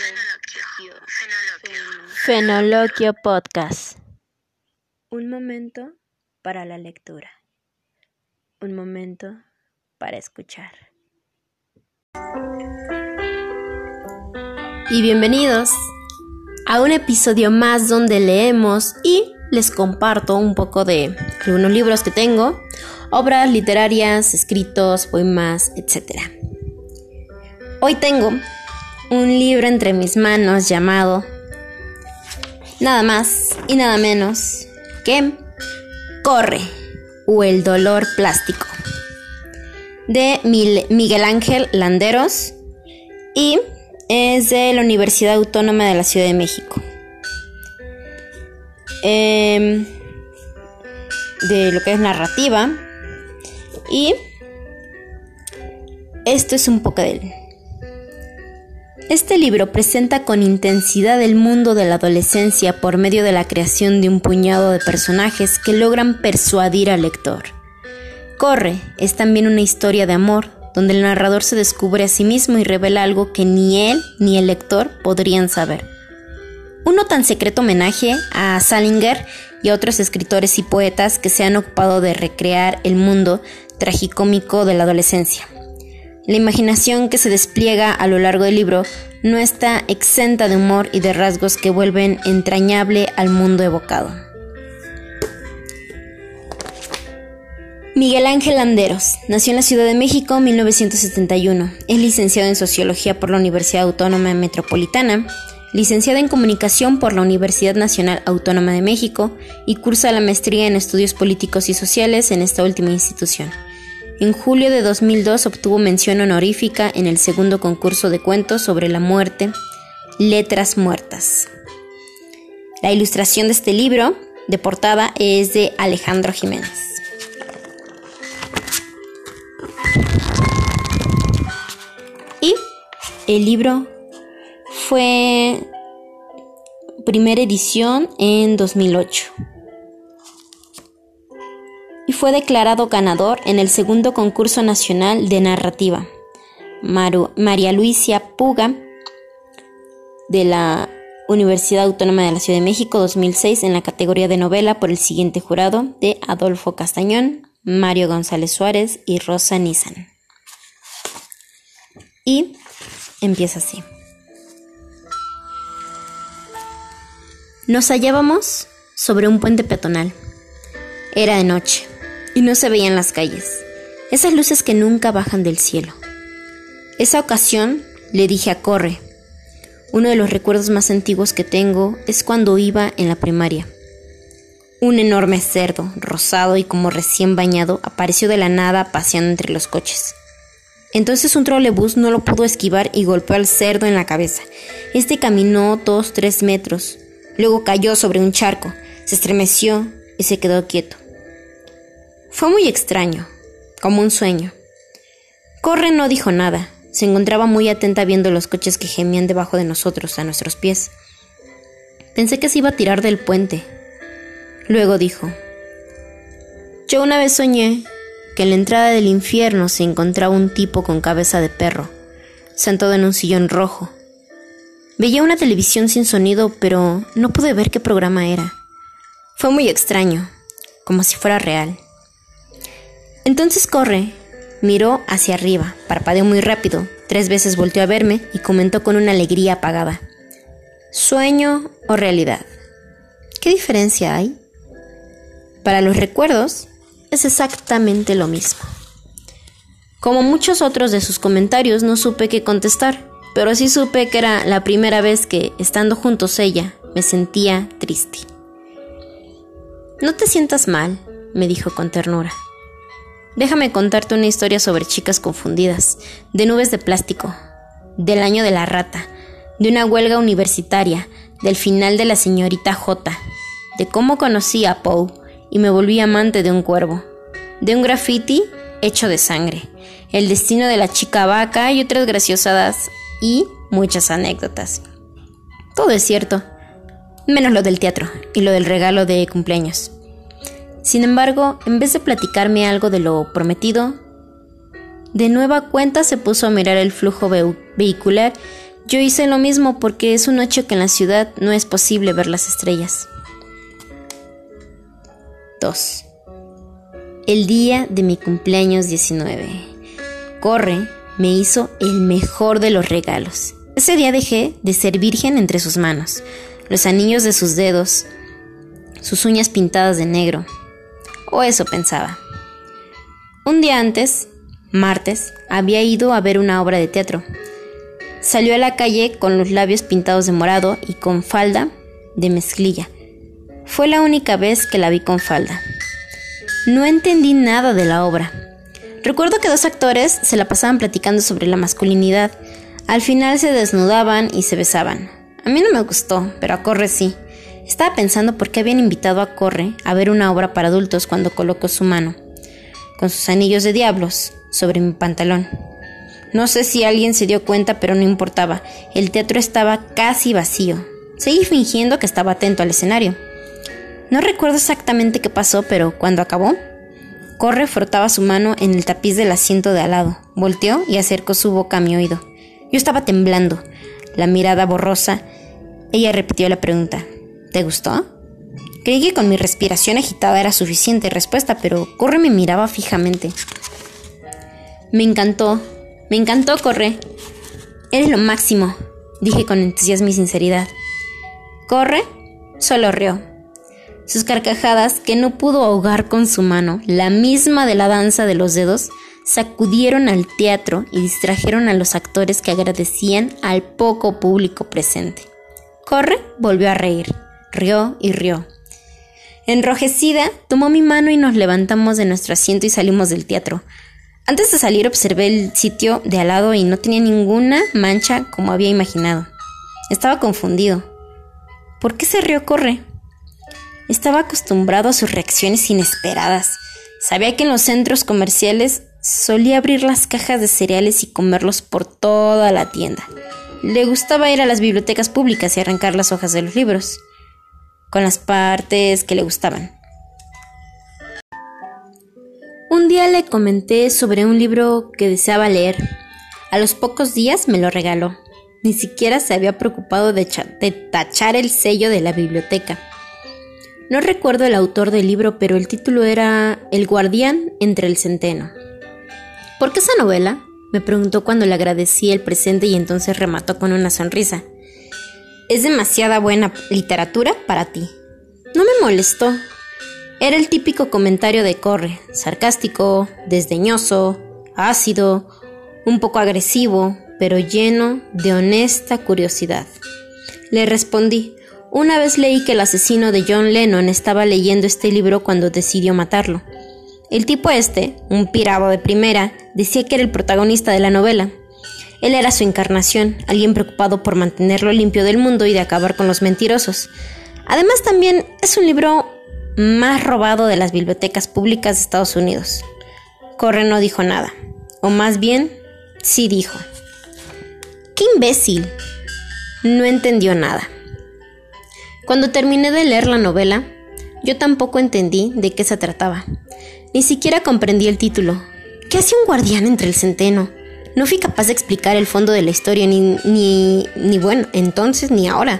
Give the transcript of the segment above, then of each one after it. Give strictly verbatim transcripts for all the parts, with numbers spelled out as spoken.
Fenoloquio. Fenoloquio Podcast. Un momento para la lectura. Un momento para escuchar. Y bienvenidos a un episodio más donde leemos y les comparto un poco de algunos libros que tengo, obras literarias, escritos, poemas, etcétera. Hoy tengo un libro entre mis manos llamado nada más y nada menos que Corre o el dolor plástico, de Miguel Ángel Landeros, y es de la Universidad Autónoma de la Ciudad de México. Eh, de lo que es narrativa, y esto es un poco de él. Este libro presenta con intensidad el mundo de la adolescencia por medio de la creación de un puñado de personajes que logran persuadir al lector. Corre es también una historia de amor, donde el narrador se descubre a sí mismo y revela algo que ni él ni el lector podrían saber. Un no tan secreto homenaje a Salinger y a otros escritores y poetas que se han ocupado de recrear el mundo tragicómico de la adolescencia. La imaginación que se despliega a lo largo del libro no está exenta de humor y de rasgos que vuelven entrañable al mundo evocado. Miguel Ángel Landeros nació en la Ciudad de México en mil novecientos setenta y uno. Es licenciado en Sociología por la Universidad Autónoma Metropolitana, licenciado en Comunicación por la Universidad Nacional Autónoma de México y cursa la maestría en Estudios Políticos y Sociales en esta última institución. En julio de dos mil dos obtuvo mención honorífica en el segundo concurso de cuentos sobre la muerte, Letras Muertas. La ilustración de este libro de portada es de Alejandro Jiménez. Y el libro fue primera edición en dos mil ocho. Y fue declarado ganador en el segundo concurso nacional de narrativa Maru, María Luisa Puga de la Universidad Autónoma de la Ciudad de México dos mil seis en la categoría de novela por el siguiente jurado de Adolfo Castañón, Mario González Suárez y Rosa Nizan. Y empieza así. Nos hallábamos sobre un puente peatonal. Era de noche y no se veían las calles, esas luces que nunca bajan del cielo. Esa ocasión le dije a Corre: uno de los recuerdos más antiguos que tengo es cuando iba en la primaria. Un enorme cerdo, rosado y como recién bañado, apareció de la nada paseando entre los coches. Entonces un trolebús no lo pudo esquivar y golpeó al cerdo en la cabeza. Este caminó dos, tres metros, luego cayó sobre un charco, se estremeció y se quedó quieto. Fue muy extraño, como un sueño. Corre no dijo nada, se encontraba muy atenta viendo los coches que gemían debajo de nosotros, a nuestros pies. Pensé que se iba a tirar del puente. Luego dijo: yo una vez soñé que en la entrada del infierno se encontraba un tipo con cabeza de perro, sentado en un sillón rojo. Veía una televisión sin sonido, pero no pude ver qué programa era. Fue muy extraño, como si fuera real. Entonces Corre miró hacia arriba, parpadeó muy rápido, tres veces volteó a verme y comentó con una alegría apagada: ¿sueño o realidad? ¿Qué diferencia hay? Para los recuerdos es exactamente lo mismo. Como muchos otros de sus comentarios, no supe qué contestar, pero sí supe que era la primera vez que, estando juntos ella, me sentía triste. No te sientas mal, me dijo con ternura. Déjame contarte una historia sobre chicas confundidas, de nubes de plástico, del año de la rata, de una huelga universitaria, del final de la señorita J, de cómo conocí a Poe y me volví amante de un cuervo, de un graffiti hecho de sangre, el destino de la chica vaca y otras graciosadas y muchas anécdotas. Todo es cierto, menos lo del teatro y lo del regalo de cumpleaños. Sin embargo, en vez de platicarme algo de lo prometido, de nueva cuenta se puso a mirar el flujo ve- vehicular Yo hice lo mismo porque es un hecho que en la ciudad no es posible ver las estrellas. dos. El día de mi cumpleaños diecinueve. Corre me hizo el mejor de los regalos. Ese día dejé de ser virgen entre sus manos, los anillos de sus dedos, sus uñas pintadas de negro. O eso pensaba. Un día antes, martes, había ido a ver una obra de teatro. Salió a la calle con los labios pintados de morado y con falda de mezclilla. Fue la única vez que la vi con falda. No entendí nada de la obra. Recuerdo que dos actores se la pasaban platicando sobre la masculinidad. Al final se desnudaban y se besaban. A mí no me gustó, pero a Corre sí. Estaba pensando por qué habían invitado a Corre a ver una obra para adultos cuando colocó su mano, con sus anillos de diablos, sobre mi pantalón. No sé si alguien se dio cuenta, pero no importaba. El teatro estaba casi vacío. Seguí fingiendo que estaba atento al escenario. No recuerdo exactamente qué pasó, pero cuando acabó, Corre frotaba su mano en el tapiz del asiento de al lado, volteó y acercó su boca a mi oído. Yo estaba temblando, la mirada borrosa. Ella repitió la pregunta. ¿Te gustó? Creí que con mi respiración agitada era suficiente respuesta, pero Corre me miraba fijamente. Me encantó, me encantó, Corre. Eres lo máximo, dije con entusiasmo y sinceridad. Corre solo rió. Sus carcajadas, que no pudo ahogar con su mano, la misma de la danza de los dedos, sacudieron al teatro y distrajeron a los actores que agradecían al poco público presente. Corre volvió a reír, rió y rió. Enrojecida, tomó mi mano y nos levantamos de nuestro asiento y salimos del teatro. Antes de salir observé el sitio de al lado y no tenía ninguna mancha como había imaginado. Estaba confundido. ¿Por qué se rió Corre? Estaba acostumbrado a sus reacciones inesperadas. Sabía que en los centros comerciales solía abrir las cajas de cereales y comerlos por toda la tienda. Le gustaba ir a las bibliotecas públicas y arrancar las hojas de los libros, con las partes que le gustaban. Un día le comenté sobre un libro que deseaba leer. A los pocos días me lo regaló. Ni siquiera se había preocupado de, de tachar el sello de la biblioteca. No recuerdo el autor del libro, pero el título era El guardián entre el centeno. ¿Por qué esa novela?, me preguntó cuando le agradecí el presente y entonces remató con una sonrisa. Es demasiada buena literatura para ti. No me molestó. Era el típico comentario de Corre, sarcástico, desdeñoso, ácido, un poco agresivo, pero lleno de honesta curiosidad. Le respondí. Una vez leí que el asesino de John Lennon estaba leyendo este libro cuando decidió matarlo. El tipo este, un pirado de primera, decía que era el protagonista de la novela. Él era su encarnación, alguien preocupado por mantenerlo limpio del mundo y de acabar con los mentirosos. Además, también es un libro más robado de las bibliotecas públicas de Estados Unidos. Corre no dijo nada, o más bien, sí dijo. ¡Qué imbécil! No entendió nada. Cuando terminé de leer la novela, yo tampoco entendí de qué se trataba. Ni siquiera comprendí el título. ¿Qué hacía un guardián entre el centeno? No fui capaz de explicar el fondo de la historia, ni, ni, ni bueno, entonces ni ahora.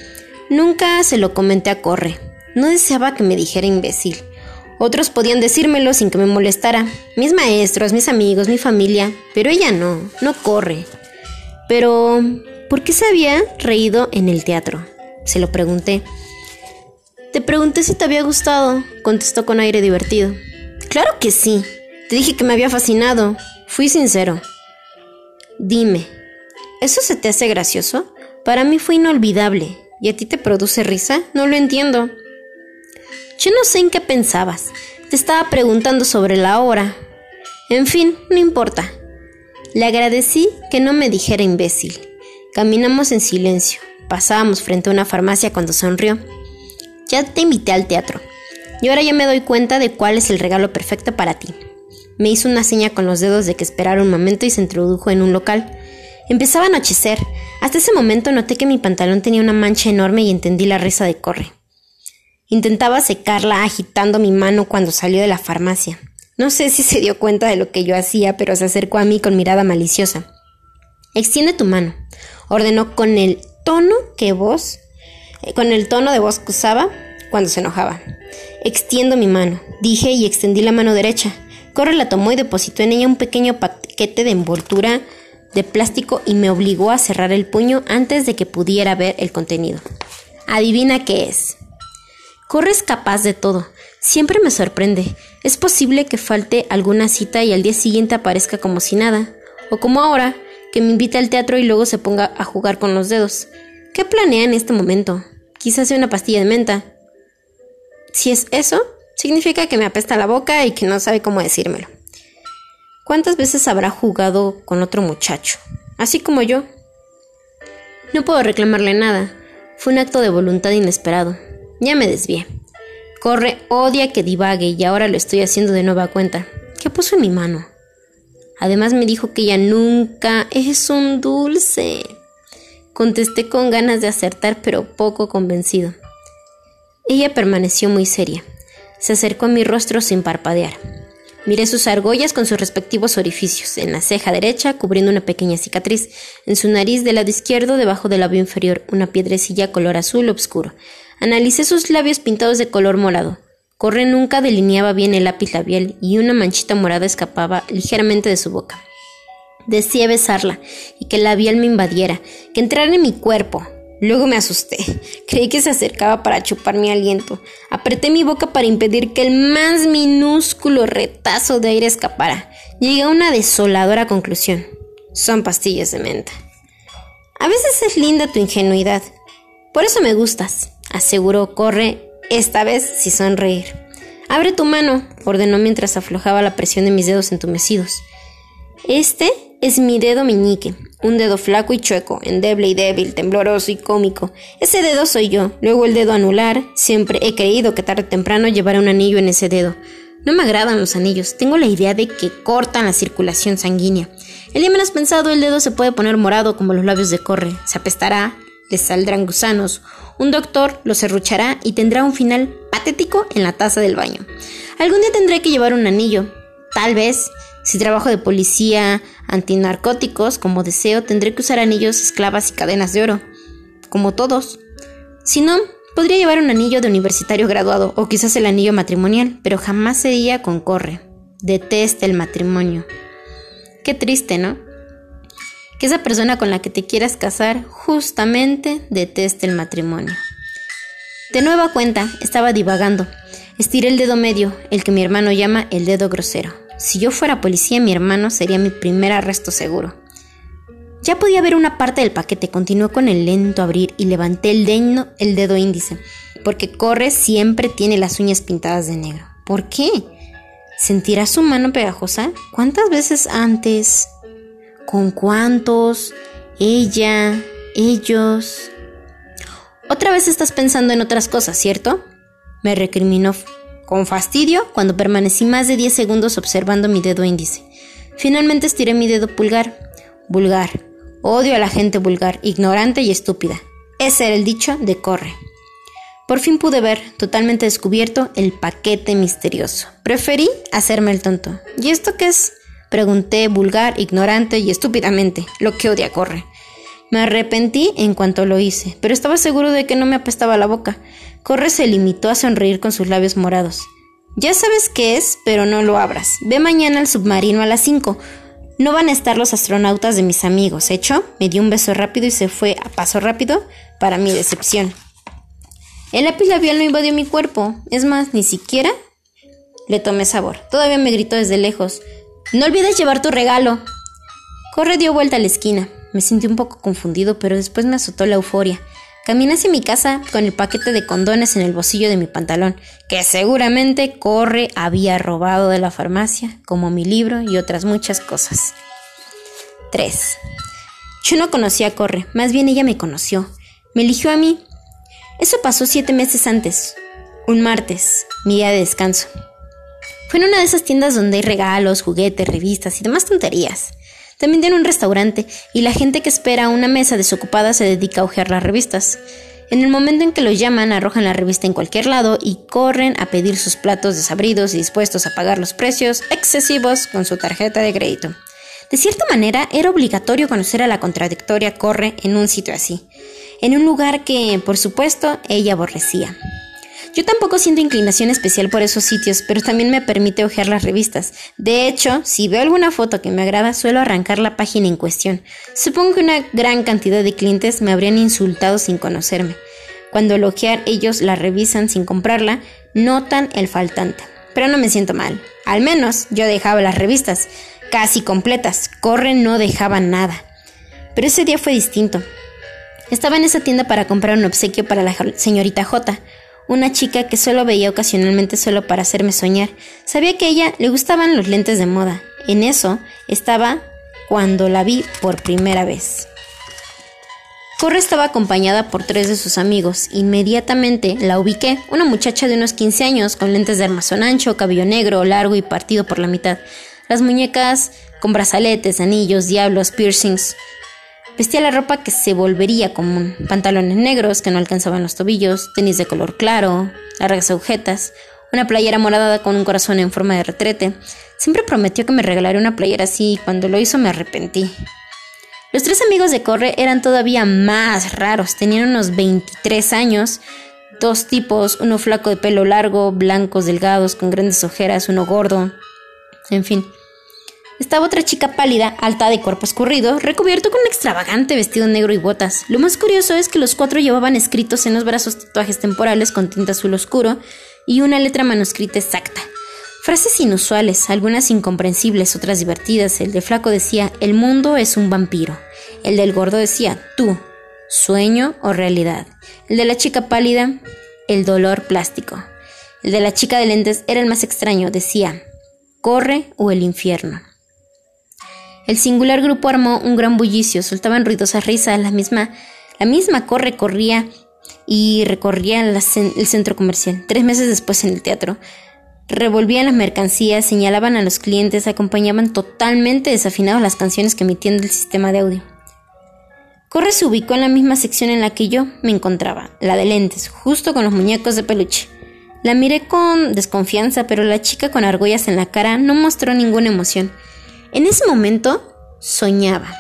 Nunca se lo comenté a Corre. No deseaba que me dijera imbécil. Otros podían decírmelo sin que me molestara. Mis maestros, mis amigos, mi familia. Pero ella no, no Corre. Pero, ¿por qué se había reído en el teatro? Se lo pregunté. Te pregunté si te había gustado, contestó con aire divertido. Claro que sí. Te dije que me había fascinado. Fui sincero. Dime, ¿eso se te hace gracioso? Para mí fue inolvidable. ¿Y a ti te produce risa? No lo entiendo. Yo no sé en qué pensabas. Te estaba preguntando sobre la hora. En fin, no importa. Le agradecí que no me dijera imbécil. Caminamos en silencio. Pasábamos frente a una farmacia cuando sonrió. Ya te invité al teatro. Y ahora ya me doy cuenta de cuál es el regalo perfecto para ti. Me hizo una seña con los dedos de que esperara un momento y se introdujo en un local. Empezaba a anochecer. Hasta ese momento noté que mi pantalón tenía una mancha enorme y entendí la risa de Corre. Intentaba secarla agitando mi mano cuando salió de la farmacia. No sé si se dio cuenta de lo que yo hacía, pero se acercó a mí con mirada maliciosa. Extiende tu mano. ordenó con el tono que voz, eh, con el tono de voz que usaba cuando se enojaba. Extiendo mi mano, dije y extendí la mano derecha. Corre la tomó y depositó en ella un pequeño paquete de envoltura de plástico y me obligó a cerrar el puño antes de que pudiera ver el contenido. Adivina qué es. Corre es capaz de todo. Siempre me sorprende. Es posible que falte alguna cita y al día siguiente aparezca como si nada. O como ahora, que me invite al teatro y luego se ponga a jugar con los dedos. ¿Qué planea en este momento? Quizás sea una pastilla de menta. Si es eso, significa que me apesta la boca y que no sabe cómo decírmelo. ¿Cuántas veces habrá jugado con otro muchacho? Así como yo. No puedo reclamarle nada. Fue un acto de voluntad inesperado. Ya me desvié. Corre odia que divague y ahora lo estoy haciendo de nueva cuenta. ¿Qué puso en mi mano? Además me dijo que ella nunca es un dulce. Contesté con ganas de acertar, pero poco convencido. Ella permaneció muy seria. Se acercó a mi rostro sin parpadear. Miré sus argollas con sus respectivos orificios, en la ceja derecha cubriendo una pequeña cicatriz, en su nariz del lado izquierdo debajo del labio inferior una piedrecilla color azul oscuro. Analicé sus labios pintados de color morado. Corre nunca delineaba bien el lápiz labial y una manchita morada escapaba ligeramente de su boca. Deseé besarla y que el labial me invadiera, que entrara en mi cuerpo. Luego me asusté. Creí que se acercaba para chupar mi aliento. Apreté mi boca para impedir que el más minúsculo retazo de aire escapara. Llegué a una desoladora conclusión. Son pastillas de menta. A veces es linda tu ingenuidad. Por eso me gustas, aseguró Corre, esta vez sin sonreír. Abre tu mano, ordenó mientras aflojaba la presión de mis dedos entumecidos. Este es mi dedo meñique, un dedo flaco y chueco, endeble y débil, tembloroso y cómico. Ese dedo soy yo. Luego el dedo anular. Siempre he creído que tarde o temprano llevaré un anillo en ese dedo. No me agradan los anillos. Tengo la idea de que cortan la circulación sanguínea. El día menos pensado el dedo se puede poner morado como los labios de Corre. Se apestará, le saldrán gusanos. Un doctor lo serruchará y tendrá un final patético en la taza del baño. Algún día tendré que llevar un anillo. Tal vez, si trabajo de policía antinarcóticos como deseo, tendré que usar anillos, esclavas y cadenas de oro. Como todos. Si no, podría llevar un anillo de universitario graduado o quizás el anillo matrimonial, pero jamás sería con Corre. Detesta el matrimonio. Qué triste, ¿no? Que esa persona con la que te quieras casar justamente deteste el matrimonio. De nueva cuenta, estaba divagando. Estiré el dedo medio, el que mi hermano llama el dedo grosero. Si yo fuera policía, mi hermano sería mi primer arresto seguro. Ya podía ver una parte del paquete. Continuó con el lento abrir y levanté el dedo, el dedo índice, porque Corre siempre tiene las uñas pintadas de negro. ¿Por qué? ¿Sentirá su mano pegajosa? ¿Cuántas veces antes? ¿Con cuántos? Ella, ellos. Otra vez estás pensando en otras cosas, ¿cierto? Me recriminó con fastidio cuando permanecí más de diez segundos observando mi dedo índice. Finalmente estiré mi dedo pulgar. Vulgar. Odio a la gente vulgar, ignorante y estúpida. Ese era el dicho de Corre. Por fin pude ver, totalmente descubierto, el paquete misterioso. Preferí hacerme el tonto. ¿Y esto qué es? Pregunté vulgar, ignorante y estúpidamente, lo que odia Corre. Me arrepentí en cuanto lo hice, pero estaba seguro de que no me apestaba la boca. Corre se limitó a sonreír con sus labios morados. Ya sabes qué es, pero no lo abras. Ve mañana al submarino a las cinco. No van a estar los astronautas de mis amigos, ¿hecho? Me dio un beso rápido y se fue a paso rápido para mi decepción. El lápiz labial no invadió mi cuerpo. Es más, ni siquiera le tomé sabor. Todavía me gritó desde lejos. ¡No olvides llevar tu regalo! Corre dio vuelta a la esquina. Me sentí un poco confundido, pero después me azotó la euforia. Caminé hacia mi casa con el paquete de condones en el bolsillo de mi pantalón, que seguramente Corre había robado de la farmacia, como mi libro y otras muchas cosas. tres. Yo no conocía a Corre, más bien ella me conoció. Me eligió a mí. Eso pasó siete meses antes, un martes, mi día de descanso. Fue en una de esas tiendas donde hay regalos, juguetes, revistas y demás tonterías. También tiene un restaurante y la gente que espera a una mesa desocupada se dedica a hojear las revistas. En el momento en que los llaman, arrojan la revista en cualquier lado y corren a pedir sus platos desabridos y dispuestos a pagar los precios excesivos con su tarjeta de crédito. De cierta manera, era obligatorio conocer a la contradictoria Corre en un sitio así, en un lugar que, por supuesto, ella aborrecía. Yo tampoco siento inclinación especial por esos sitios, pero también me permite hojear las revistas. De hecho, si veo alguna foto que me agrada, suelo arrancar la página en cuestión. Supongo que una gran cantidad de clientes me habrían insultado sin conocerme. Cuando al hojear ellos la revisan sin comprarla, notan el faltante. Pero no me siento mal. Al menos yo dejaba las revistas, casi completas. Corre no dejaba nada. Pero ese día fue distinto. Estaba en esa tienda para comprar un obsequio para la señorita J, una chica que solo veía ocasionalmente solo para hacerme soñar. Sabía que a ella le gustaban los lentes de moda. En eso estaba cuando la vi por primera vez. Corre estaba acompañada por tres de sus amigos. Inmediatamente la ubiqué, una muchacha de unos quince años con lentes de armazón ancho, cabello negro, largo y partido por la mitad. Las muñecas con brazaletes, anillos, diablos, piercings. Vestía la ropa que se volvería común, pantalones negros que no alcanzaban los tobillos, tenis de color claro, largas agujetas, una playera morada con un corazón en forma de retrete. Siempre prometió que me regalaría una playera así y cuando lo hizo me arrepentí. Los tres amigos de Corre eran todavía más raros, tenían unos veintitrés años, dos tipos, uno flaco de pelo largo, blancos, delgados, con grandes ojeras, uno gordo, en fin. Estaba otra chica pálida, alta de cuerpo escurrido, recubierto con un extravagante vestido negro y botas. Lo más curioso es que los cuatro llevaban escritos en los brazos tatuajes temporales con tinta azul oscuro y una letra manuscrita exacta. Frases inusuales, algunas incomprensibles, otras divertidas. El de flaco decía, el mundo es un vampiro. El del gordo decía, tú, sueño o realidad. El de la chica pálida, el dolor plástico. El de la chica de lentes era el más extraño, decía, corre o el infierno. El singular grupo armó un gran bullicio, soltaban ruidosas risas, la misma, la misma Corre corría y recorría la, el centro comercial. Tres meses después en el teatro, revolvían las mercancías, señalaban a los clientes, acompañaban totalmente desafinados las canciones que emitían del sistema de audio. Corre se ubicó en la misma sección en la que yo me encontraba, la de lentes, justo con los muñecos de peluche. La miré con desconfianza, pero la chica con argollas en la cara no mostró ninguna emoción. En ese momento soñaba.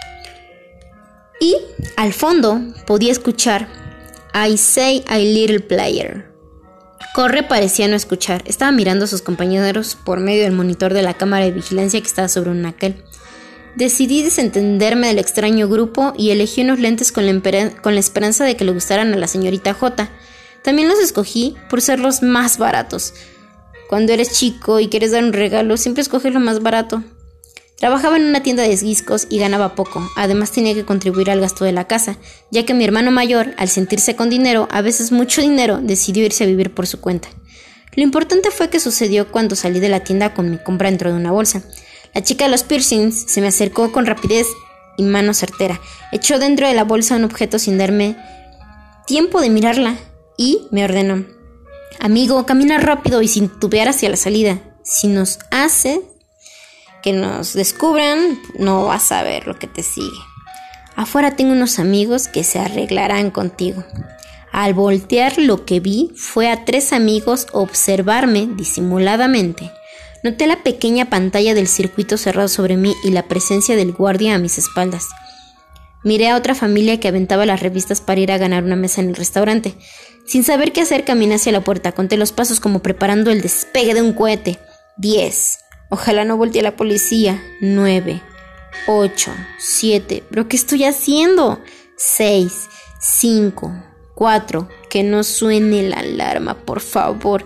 Y al fondo podía escuchar I say a little player. Corre parecía no escuchar. Estaba mirando a sus compañeros por medio del monitor de la cámara de vigilancia que estaba sobre un naquel. Decidí desentenderme del extraño grupo y elegí unos lentes con la, emper- con la esperanza de que le gustaran a la señorita J. También los escogí por ser los más baratos. Cuando eres chico y quieres dar un regalo, siempre escoges lo más barato. Trabajaba en una tienda de discos y ganaba poco. Además tenía que contribuir al gasto de la casa, ya que mi hermano mayor, al sentirse con dinero, a veces mucho dinero, decidió irse a vivir por su cuenta. Lo importante fue que sucedió cuando salí de la tienda con mi compra dentro de una bolsa. La chica de los piercings se me acercó con rapidez y mano certera. Echó dentro de la bolsa un objeto sin darme tiempo de mirarla y me ordenó: amigo, camina rápido y sin titubear hacia la salida. Si nos hace que nos descubran, no vas a ver lo que te sigue. Afuera tengo unos amigos que se arreglarán contigo. Al voltear, lo que vi fue a tres amigos observarme disimuladamente. Noté la pequeña pantalla del circuito cerrado sobre mí y la presencia del guardia a mis espaldas. Miré a otra familia que aventaba las revistas para ir a ganar una mesa en el restaurante. Sin saber qué hacer, caminé hacia la puerta. Conté los pasos como preparando el despegue de un cohete. Diez. Ojalá no voltee la policía. Nueve. Ocho. Siete. ¿Pero qué estoy haciendo? Seis. Cinco. Cuatro. Que no suene la alarma, por favor.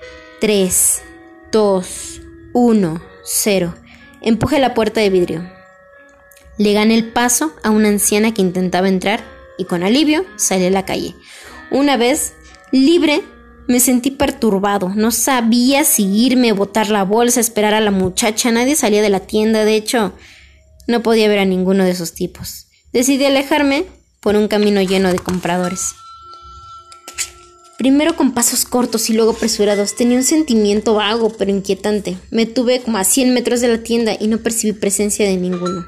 Tres. Dos. Uno. Cero. Empujé la puerta de vidrio. Le gané el paso a una anciana que intentaba entrar y con alivio salí a la calle. Una vez libre, me sentí perturbado. No sabía si irme, botar la bolsa, esperar a la muchacha. Nadie salía de la tienda. De hecho, no podía ver a ninguno de esos tipos. Decidí alejarme por un camino lleno de compradores. Primero con pasos cortos y luego apresurados. Tenía un sentimiento vago pero inquietante. Me tuve como a cien metros de la tienda y no percibí presencia de ninguno.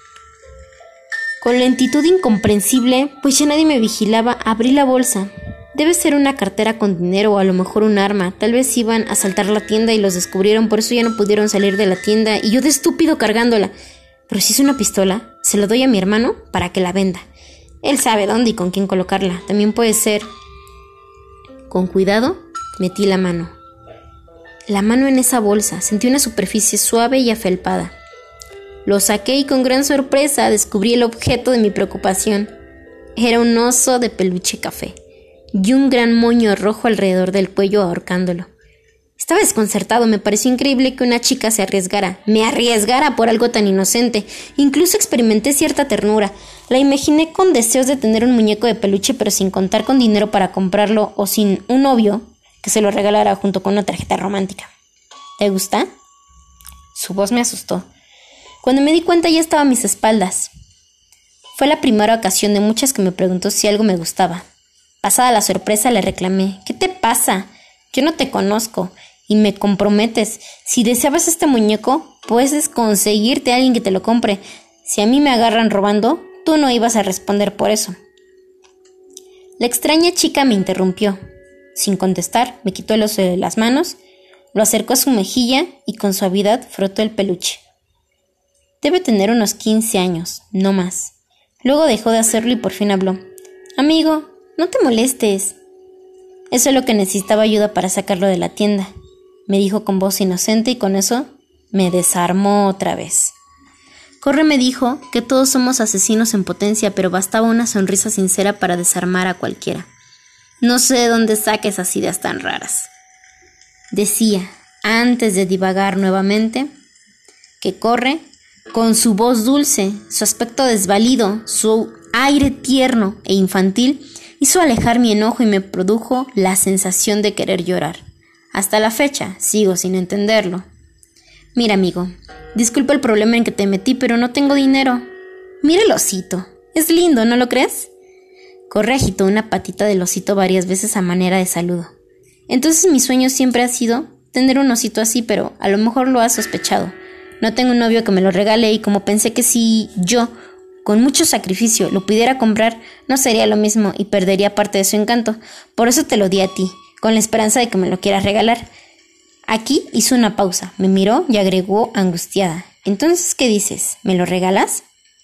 Con lentitud incomprensible, pues ya nadie me vigilaba, abrí la bolsa. Debe ser una cartera con dinero o a lo mejor un arma. Tal vez iban a asaltar la tienda y los descubrieron, por eso ya no pudieron salir de la tienda y yo de estúpido cargándola. Pero si es una pistola, se la doy a mi hermano para que la venda. Él sabe dónde y con quién colocarla. También puede ser... Con cuidado, metí la mano. La mano en esa bolsa. Sentí una superficie suave y afelpada. Lo saqué y con gran sorpresa descubrí el objeto de mi preocupación. Era un oso de peluche café y un gran moño rojo alrededor del cuello ahorcándolo. Estaba desconcertado, me pareció increíble que una chica se arriesgara, me arriesgara por algo tan inocente. Incluso experimenté cierta ternura. La imaginé con deseos de tener un muñeco de peluche, pero sin contar con dinero para comprarlo o sin un novio que se lo regalara junto con una tarjeta romántica. ¿Te gusta? Su voz me asustó. Cuando me di cuenta ya estaba a mis espaldas. Fue la primera ocasión de muchas que me preguntó si algo me gustaba. Pasada la sorpresa le reclamé. ¿Qué te pasa? Yo no te conozco y me comprometes. Si deseabas este muñeco, puedes conseguirte a alguien que te lo compre. Si a mí me agarran robando, tú no ibas a responder por eso. La extraña chica me interrumpió. Sin contestar, me quitó el oso de las manos, lo acercó a su mejilla y con suavidad frotó el peluche. Debe tener unos quince años, no más. Luego dejó de hacerlo y por fin habló. Amigo, no te molestes. Eso es lo que necesitaba ayuda para sacarlo de la tienda, me dijo con voz inocente y con eso me desarmó otra vez. Corre me dijo que todos somos asesinos en potencia, pero bastaba una sonrisa sincera para desarmar a cualquiera. No sé de dónde saca esas ideas tan raras. Decía, antes de divagar nuevamente, que Corre, con su voz dulce, su aspecto desvalido, su aire tierno e infantil, hizo alejar mi enojo y me produjo la sensación de querer llorar. Hasta la fecha, sigo sin entenderlo. Mira, amigo, disculpa el problema en que te metí, pero no tengo dinero. Mira el osito. Es lindo, ¿no lo crees? Corre agitó una patita del osito varias veces a manera de saludo. Entonces mi sueño siempre ha sido tener un osito así, pero a lo mejor lo has sospechado. No tengo un novio que me lo regale y como pensé que si yo, con mucho sacrificio, lo pudiera comprar, no sería lo mismo y perdería parte de su encanto. Por eso te lo di a ti, con la esperanza de que me lo quieras regalar. Aquí hizo una pausa, me miró y agregó angustiada. Entonces, ¿qué dices? ¿Me lo regalas?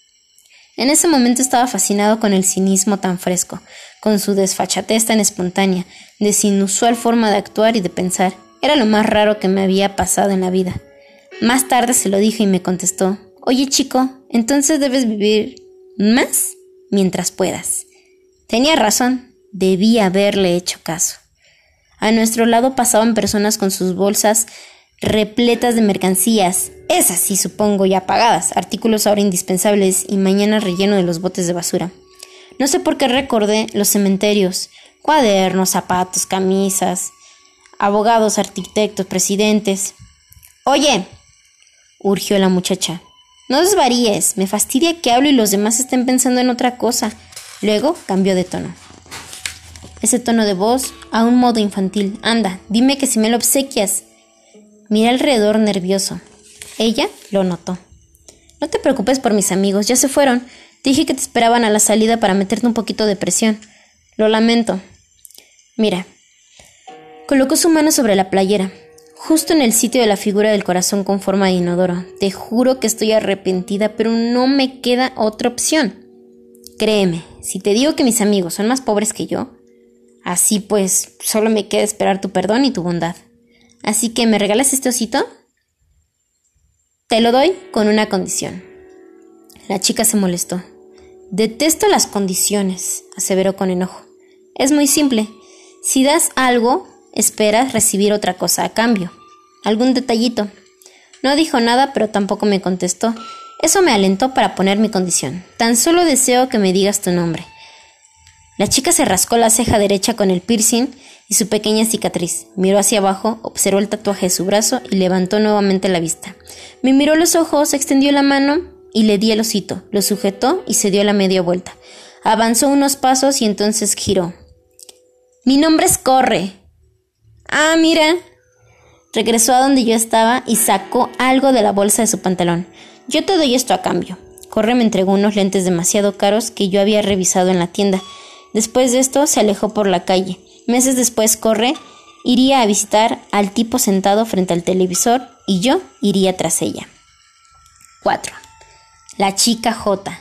En ese momento estaba fascinado con el cinismo tan fresco, con su desfachatez tan espontánea, de su inusual forma de actuar y de pensar. Era lo más raro que me había pasado en la vida. Más tarde se lo dije y me contestó, oye chico, entonces debes vivir más mientras puedas. Tenía razón, debía haberle hecho caso. A nuestro lado pasaban personas con sus bolsas repletas de mercancías, esas sí supongo ya pagadas, artículos ahora indispensables y mañana relleno de los botes de basura. No sé por qué recordé los cementerios, cuadernos, zapatos, camisas, abogados, arquitectos, presidentes. Oye, urgió la muchacha, no desvaríes, me fastidia que hablo y los demás estén pensando en otra cosa. Luego cambió de tono. Ese tono de voz a un modo infantil. Anda, dime que si me lo obsequias. Miré alrededor nervioso. Ella lo notó. No te preocupes por mis amigos, ya se fueron. Te dije que te esperaban a la salida para meterte un poquito de presión. Lo lamento. Mira. Colocó su mano sobre la playera, justo en el sitio de la figura del corazón con forma de inodoro. Te juro que estoy arrepentida, pero no me queda otra opción. Créeme, si te digo que mis amigos son más pobres que yo, así pues, solo me queda esperar tu perdón y tu bondad. Así que, ¿me regalas este osito? Te lo doy con una condición. La chica se molestó. Detesto las condiciones, aseveró con enojo. Es muy simple. Si das algo, esperas recibir otra cosa a cambio. Algún detallito. No dijo nada, pero tampoco me contestó. Eso me alentó para poner mi condición. Tan solo deseo que me digas tu nombre. La chica se rascó la ceja derecha con el piercing y su pequeña cicatriz. Miró hacia abajo, observó el tatuaje de su brazo y levantó nuevamente la vista. Me miró los ojos, extendió la mano y le di el osito. Lo sujetó y se dio la media vuelta. Avanzó unos pasos y entonces giró. Mi nombre es Corre. Ah, mira. Regresó a donde yo estaba y sacó algo de la bolsa de su pantalón. Yo te doy esto a cambio. Corre me entregó unos lentes demasiado caros que yo había revisado en la tienda. Después de esto se alejó por la calle. Meses después Corre iría a visitar al tipo sentado frente al televisor y yo iría tras ella. cuatro. La chica J.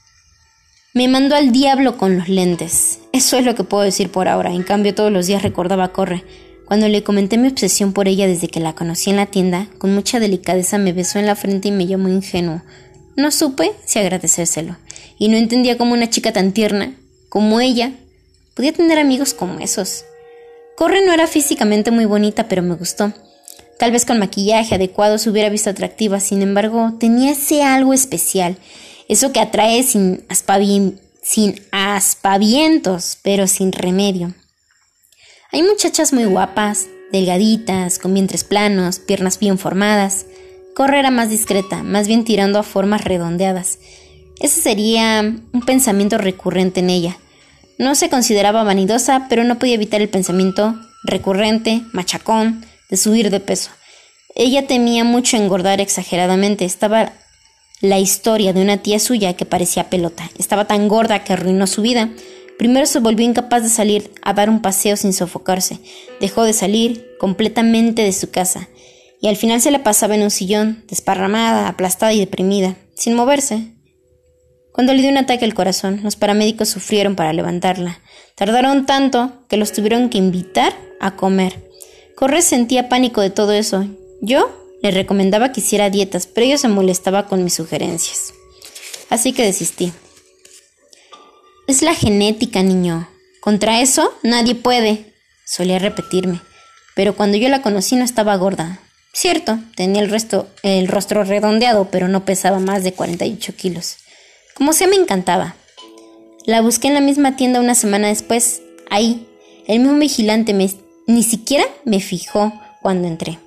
Me mandó al diablo con los lentes. Eso es lo que puedo decir por ahora. En cambio, todos los días recordaba a Corre. Cuando le comenté mi obsesión por ella desde que la conocí en la tienda, con mucha delicadeza me besó en la frente y me llamó ingenuo. No supe si agradecérselo, y no entendía cómo una chica tan tierna como ella podía tener amigos como esos. Corre no era físicamente muy bonita, pero me gustó. Tal vez con maquillaje adecuado se hubiera visto atractiva, sin embargo, tenía ese algo especial, eso que atrae sin, aspavi- sin aspavientos, pero sin remedio. Hay muchachas muy guapas, delgaditas, con vientres planos, piernas bien formadas. Corre era más discreta, más bien tirando a formas redondeadas. Ese sería un pensamiento recurrente en ella. No se consideraba vanidosa, pero no podía evitar el pensamiento recurrente, machacón, de subir de peso. Ella temía mucho engordar exageradamente. Estaba la historia de una tía suya que parecía pelota. Estaba tan gorda que arruinó su vida. Primero se volvió incapaz de salir a dar un paseo sin sofocarse. Dejó de salir completamente de su casa. Y al final se la pasaba en un sillón, desparramada, aplastada y deprimida, sin moverse. Cuando le dio un ataque al corazón, los paramédicos sufrieron para levantarla. Tardaron tanto que los tuvieron que invitar a comer. Corre sentía pánico de todo eso. Yo le recomendaba que hiciera dietas, pero ella se molestaba con mis sugerencias. Así que desistí. Es la genética, niño. Contra eso nadie puede, solía repetirme. Pero cuando yo la conocí no estaba gorda. Cierto, tenía el, resto, el rostro redondeado, pero no pesaba más de cuarenta y ocho kilos. Como sea, me encantaba. La busqué en la misma tienda una semana después. Ahí, el mismo vigilante me, ni siquiera me fijó cuando entré.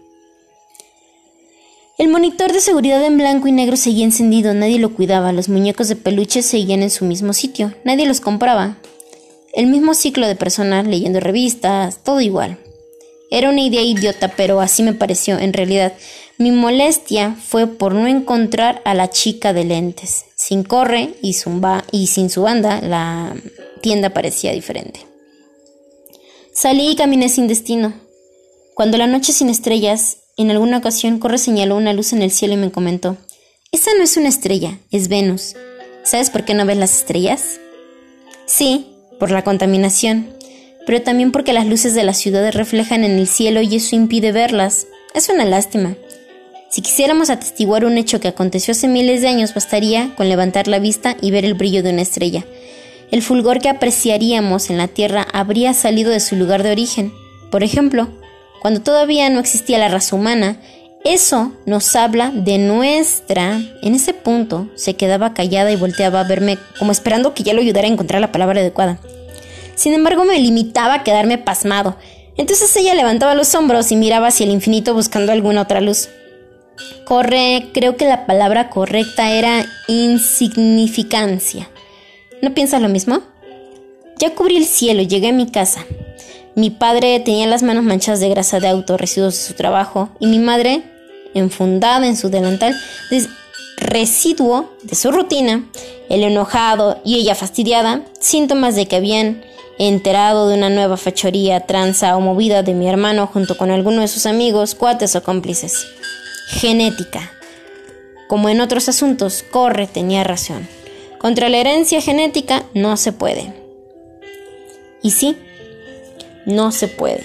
El monitor de seguridad en blanco y negro seguía encendido, nadie lo cuidaba, los muñecos de peluche seguían en su mismo sitio, nadie los compraba. El mismo ciclo de personal, leyendo revistas, todo igual. Era una idea idiota, pero así me pareció en realidad. Mi molestia fue por no encontrar a la chica de lentes. Sin Corre y, zumba, y sin su banda, la tienda parecía diferente. Salí y caminé sin destino. Cuando la noche sin estrellas, en alguna ocasión Corre señaló una luz en el cielo y me comentó: esa no es una estrella, es Venus. ¿Sabes por qué no ves las estrellas? Sí, por la contaminación, pero también porque las luces de las ciudades reflejan en el cielo y eso impide verlas. Es una lástima. Si quisiéramos atestiguar un hecho que aconteció hace miles de años, bastaría con levantar la vista y ver el brillo de una estrella. El fulgor que apreciaríamos en la Tierra habría salido de su lugar de origen. Por ejemplo, cuando todavía no existía la raza humana, eso nos habla de nuestra... En ese punto se quedaba callada y volteaba a verme como esperando que ya lo ayudara a encontrar la palabra adecuada. Sin embargo, me limitaba a quedarme pasmado. Entonces ella levantaba los hombros y miraba hacia el infinito buscando alguna otra luz. Corre, creo que la palabra correcta era insignificancia. ¿No piensas lo mismo? Ya cubrí el cielo y llegué a mi casa. Mi padre tenía las manos manchadas de grasa de auto, residuos de su trabajo, y mi madre, enfundada en su delantal, des- residuo de su rutina, él enojado y ella fastidiada, síntomas de que habían enterado de una nueva fechoría, tranza o movida de mi hermano junto con alguno de sus amigos, cuates o cómplices. Genética. Como en otros asuntos, Corre tenía razón. Contra la herencia genética no se puede. Y sí, no se puede.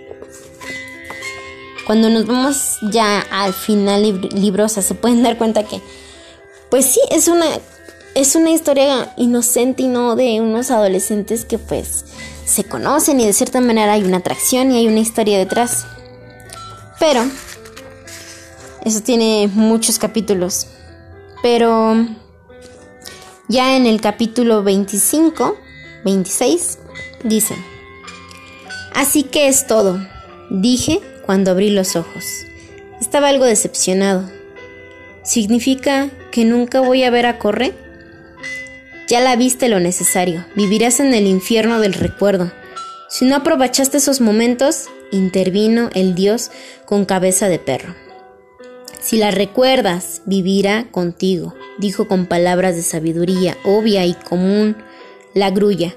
Cuando nos vamos ya al final lib- librosa, se pueden dar cuenta que, pues sí, es una, es una historia inocente y no de unos adolescentes que pues se conocen y de cierta manera hay una atracción y hay una historia detrás. Pero eso tiene muchos capítulos. Pero ya en el capítulo veinticinco, veintiséis, dice: así que es todo, dije cuando abrí los ojos. Estaba algo decepcionado. ¿Significa que nunca voy a ver a Corre? Ya la viste lo necesario, vivirás en el infierno del recuerdo. Si no aprovechaste esos momentos, intervino el dios con cabeza de perro. Si la recuerdas, vivirá contigo, dijo con palabras de sabiduría obvia y común la grulla.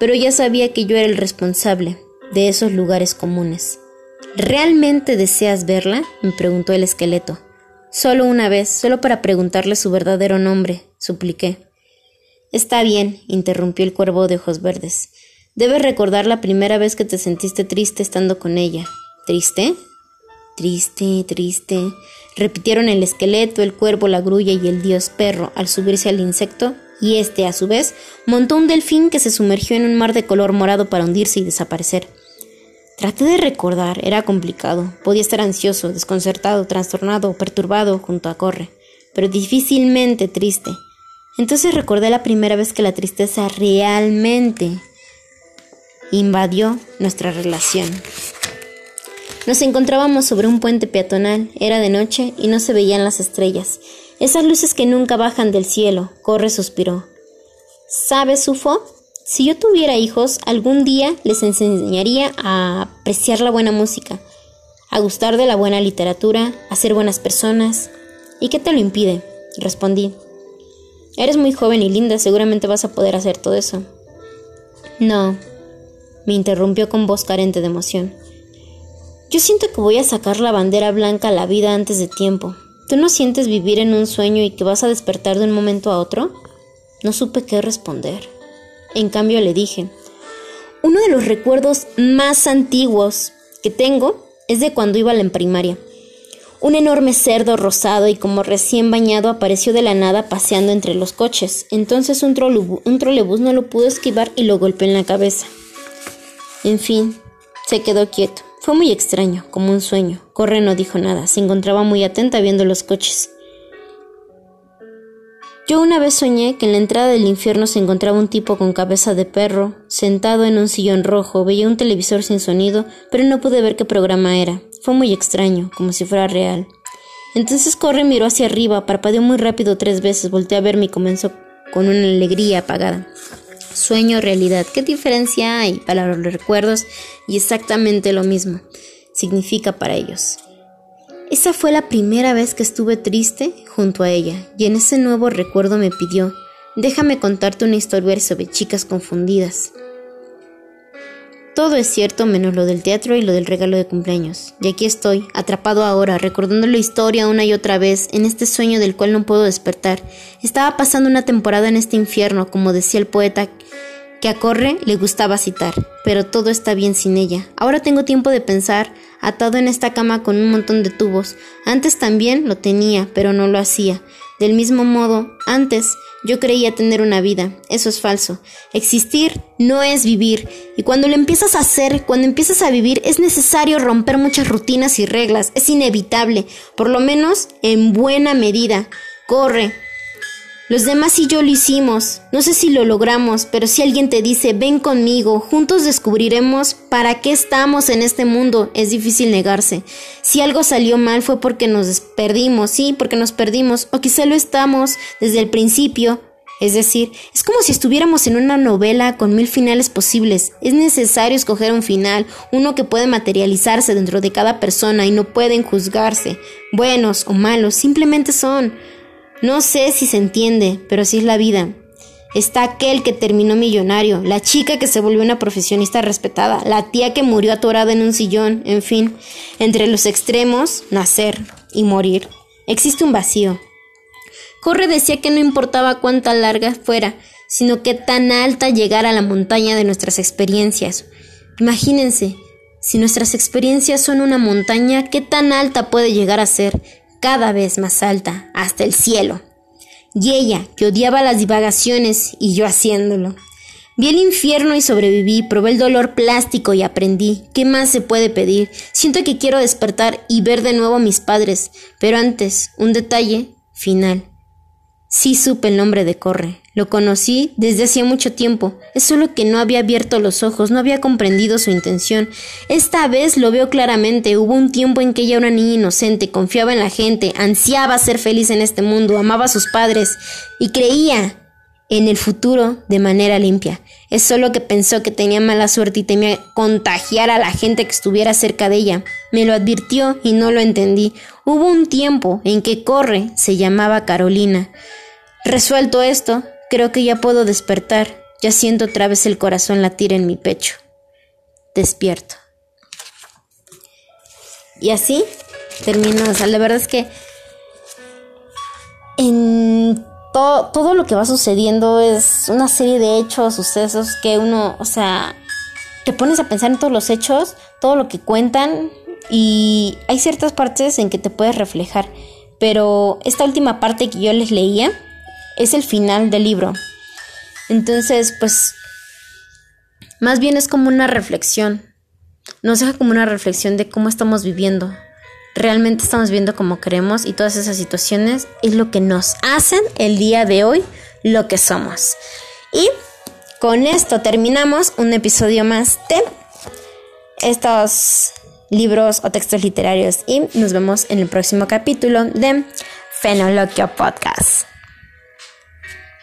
pero ya sabía que yo era el responsable de esos lugares comunes. ¿Realmente deseas verla?, me preguntó el esqueleto. Solo una vez, solo para preguntarle su verdadero nombre, supliqué. Está bien, interrumpió el cuervo de ojos verdes. Debes recordar la primera vez que te sentiste triste estando con ella. ¿Triste? Triste, triste, repitieron el esqueleto, el cuervo, la grulla y el dios perro al subirse al insecto, y este, a su vez, montó un delfín que se sumergió en un mar de color morado para hundirse y desaparecer. Traté de recordar, era complicado. Podía estar ansioso, desconcertado, trastornado o perturbado junto a Corre, pero difícilmente triste. Entonces recordé la primera vez que la tristeza realmente invadió nuestra relación. Nos encontrábamos sobre un puente peatonal, era de noche y no se veían las estrellas. Esas luces que nunca bajan del cielo. Corre suspiró. ¿Sabes, Ufo? Si yo tuviera hijos, algún día les enseñaría a apreciar la buena música, a gustar de la buena literatura, a ser buenas personas. ¿Y qué te lo impide?, respondí. Eres muy joven y linda, seguramente vas a poder hacer todo eso. No, me interrumpió con voz carente de emoción. Yo siento que voy a sacar la bandera blanca a la vida antes de tiempo. ¿Tú no sientes vivir en un sueño y que vas a despertar de un momento a otro? No supe qué responder. En cambio le dije, uno de los recuerdos más antiguos que tengo es de cuando iba a la primaria. Un enorme cerdo rosado y como recién bañado apareció de la nada paseando entre los coches. Entonces un, trolebús, un trolebús no lo pudo esquivar y lo golpeó en la cabeza. En fin, se quedó quieto. Fue muy extraño, como un sueño. Corre no dijo nada, se encontraba muy atenta viendo los coches. Yo una vez soñé que en la entrada del infierno se encontraba un tipo con cabeza de perro, sentado en un sillón rojo, veía un televisor sin sonido, pero no pude ver qué programa era. Fue muy extraño, como si fuera real. Entonces Corre miró hacia arriba, parpadeó muy rápido tres veces, volteó a verme y comenzó con una alegría apagada. Sueño, realidad, ¿qué diferencia hay para los recuerdos? Y exactamente lo mismo significa para ellos. Esa fue la primera vez que estuve triste junto a ella, y en ese nuevo recuerdo me pidió, déjame contarte una historia sobre chicas confundidas. Todo es cierto menos lo del teatro y lo del regalo de cumpleaños. Y aquí estoy, atrapado ahora, recordando la historia una y otra vez, en este sueño del cual no puedo despertar. Estaba pasando una temporada en este infierno, como decía el poeta, que a Corre le gustaba citar, pero todo está bien sin ella. Ahora tengo tiempo de pensar, atado en esta cama con un montón de tubos. Antes también lo tenía, pero no lo hacía. Del mismo modo, antes yo creía tener una vida. Eso es falso. Existir no es vivir. Y cuando lo empiezas a hacer, cuando empiezas a vivir, es necesario romper muchas rutinas y reglas. Es inevitable, por lo menos en buena medida. Corre. Los demás y yo lo hicimos. No sé si lo logramos, pero si alguien te dice, ven conmigo, juntos descubriremos para qué estamos en este mundo, es difícil negarse. Si algo salió mal fue porque nos perdimos, sí, porque nos perdimos, o quizá lo estamos desde el principio. Es decir, es como si estuviéramos en una novela con mil finales posibles. Es necesario escoger un final, uno que puede materializarse dentro de cada persona y no pueden juzgarse. Buenos o malos, simplemente son. No sé si se entiende, pero así es la vida. Está aquel que terminó millonario, la chica que se volvió una profesionista respetada, la tía que murió atorada en un sillón, en fin. Entre los extremos, nacer y morir, existe un vacío. Corre decía que no importaba cuánta larga fuera, sino que tan alta llegara la montaña de nuestras experiencias. Imagínense, si nuestras experiencias son una montaña, ¿qué tan alta puede llegar a ser? Cada vez más alta, hasta el cielo. Y ella, que odiaba las divagaciones, y yo haciéndolo. Vi el infierno y sobreviví, probé el dolor plástico y aprendí. ¿Qué más se puede pedir? Siento que quiero despertar y ver de nuevo a mis padres, pero antes, un detalle final. Sí supe el nombre de Corre. Lo conocí desde hacía mucho tiempo. Es solo que no había abierto los ojos, no había comprendido su intención. Esta vez lo veo claramente. Hubo un tiempo en que ella era una niña inocente, confiaba en la gente, ansiaba ser feliz en este mundo, amaba a sus padres y creía en el futuro de manera limpia. Es solo que pensó que tenía mala suerte y temía contagiar a la gente que estuviera cerca de ella. Me lo advirtió y no lo entendí. Hubo un tiempo en que Corre se llamaba Carolina. Resuelto esto, creo que ya puedo despertar. Ya siento otra vez el corazón latir en mi pecho. Despierto. Y así termina. O sea, la verdad es que en todo, todo lo que va sucediendo es una serie de hechos, sucesos que uno, o sea, te pones a pensar en todos los hechos, todo lo que cuentan, y hay ciertas partes en que te puedes reflejar. Pero esta última parte que yo les leía es el final del libro. Entonces, pues, más bien es como una reflexión. Nos deja como una reflexión de cómo estamos viviendo. Realmente estamos viviendo como queremos, y todas esas situaciones es lo que nos hacen el día de hoy lo que somos. Y con esto terminamos un episodio más de estos libros o textos literarios, y nos vemos en el próximo capítulo de Fenoloquio Podcast.